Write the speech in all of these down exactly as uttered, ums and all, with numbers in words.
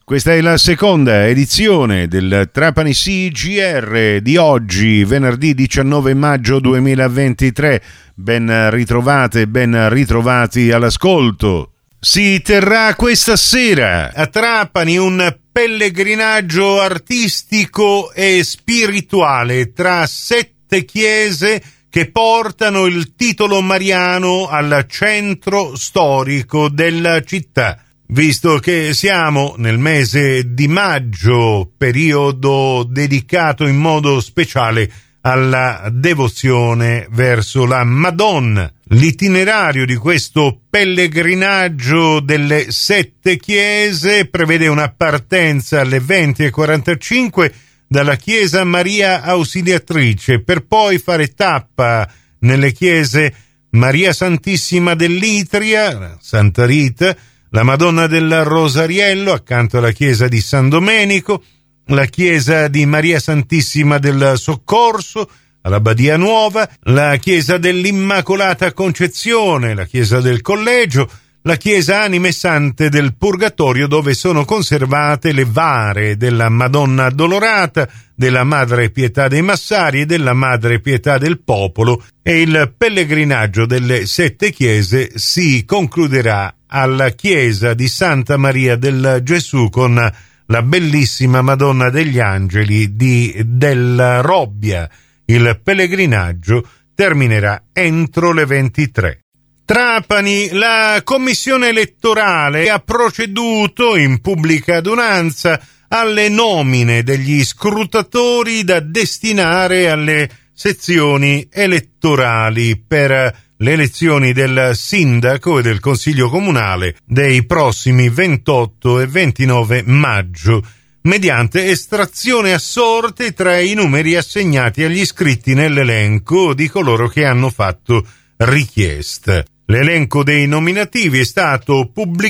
Questa è la seconda edizione del Trapani C G R di oggi, venerdì diciannove maggio duemilaventitré. Ben ritrovate, ben ritrovati all'ascolto. Si terrà questa sera a Trapani un pellegrinaggio artistico e spirituale tra sette chiese che portano il titolo mariano al centro storico della città. Visto che siamo nel mese di maggio, periodo dedicato in modo speciale alla devozione verso la Madonna, l'itinerario di questo pellegrinaggio delle sette chiese prevede una partenza alle venti e quarantacinque dalla chiesa Maria Ausiliatrice, per poi fare tappa nelle chiese Maria Santissima dell'Itria, Santa Rita, la Madonna del Rosariello accanto alla chiesa di San Domenico, la chiesa di Maria Santissima del Soccorso alla Badia Nuova, la chiesa dell'Immacolata Concezione, la chiesa del Collegio, la chiesa Anime Sante del Purgatorio, dove sono conservate le vare della Madonna Addolorata, della Madre Pietà dei Massari e della Madre Pietà del Popolo, e il pellegrinaggio delle sette chiese si concluderà alla chiesa di Santa Maria del Gesù con la bellissima Madonna degli Angeli di Della Robbia. Il pellegrinaggio terminerà entro le ventitré. Trapani, la commissione elettorale ha proceduto in pubblica adunanza alle nomine degli scrutatori da destinare alle sezioni elettorali per le elezioni del sindaco e del consiglio comunale dei prossimi ventotto e ventinove maggio, mediante estrazione a sorte tra i numeri assegnati agli iscritti nell'elenco di coloro che hanno fatto richiesta. L'elenco dei nominativi è stato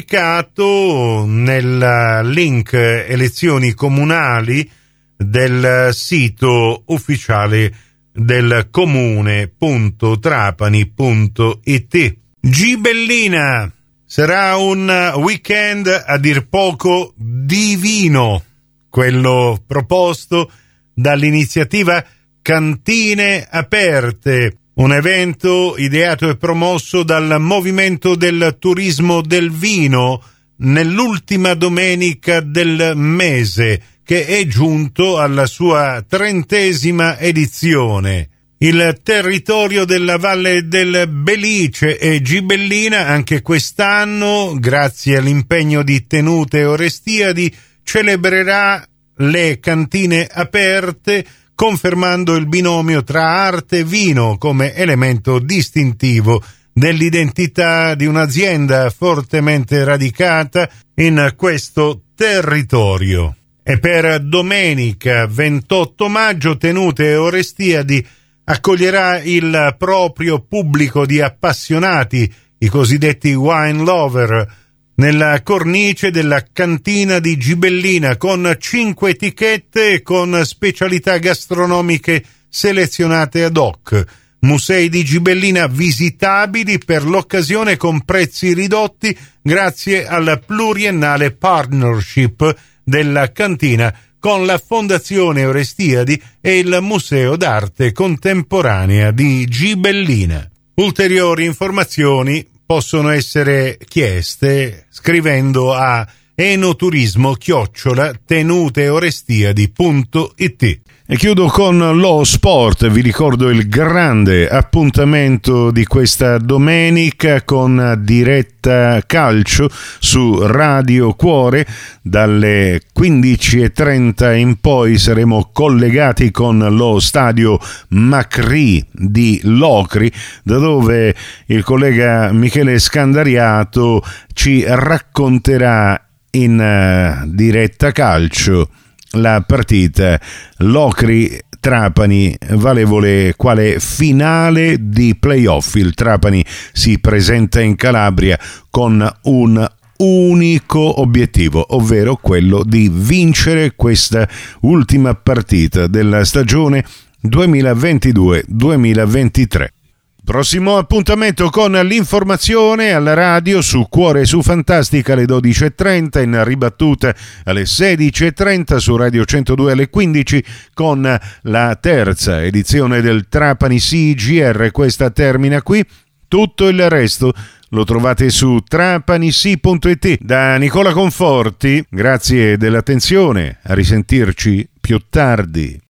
pubblicato nel link elezioni comunali del sito ufficiale del comune punto trapani punto it. Gibellina, sarà un weekend a dir poco divino, quello proposto dall'iniziativa Cantine Aperte, un evento ideato e promosso dal Movimento del Turismo del Vino nell'ultima domenica del mese, che è giunto alla sua trentesima edizione. Il territorio della Valle del Belice e Gibellina anche quest'anno, grazie all'impegno di Tenute e Orestiadi, celebrerà le Cantine Aperte, confermando il binomio tra arte e vino come elemento distintivo dell'identità di un'azienda fortemente radicata in questo territorio. E per domenica ventotto maggio Tenute e Orestiadi accoglierà il proprio pubblico di appassionati, i cosiddetti wine lover, nella cornice della cantina di Gibellina, con cinque etichette e con specialità gastronomiche selezionate ad hoc. Musei di Gibellina visitabili per l'occasione con prezzi ridotti grazie alla pluriennale partnership della cantina con la Fondazione Orestiadi e il Museo d'Arte Contemporanea di Gibellina. Ulteriori informazioni possono essere chieste scrivendo a enoturismo chiocciola tenuteorestiadi punto it. E chiudo con lo sport. Vi ricordo il grande appuntamento di questa domenica con diretta calcio su Radio Cuore. Dalle quindici e trenta in poi saremo collegati con lo stadio Macri di Locri, da dove il collega Michele Scandariato ci racconterà in uh, diretta calcio la partita Locri-Trapani, valevole quale finale di playoff. Il Trapani si presenta in Calabria con un unico obiettivo, ovvero quello di vincere questa ultima partita della stagione duemilaventidue duemilaventitré. Prossimo appuntamento con l'informazione alla radio su Cuore e su Fantastica alle dodici e trenta, in ribattuta alle sedici e trenta su Radio centodue alle quindici con la terza edizione del Trapani C G R. Questa termina qui, tutto il resto lo trovate su trapanisi punto it. Da Nicola Conforti, grazie dell'attenzione, a risentirci più tardi.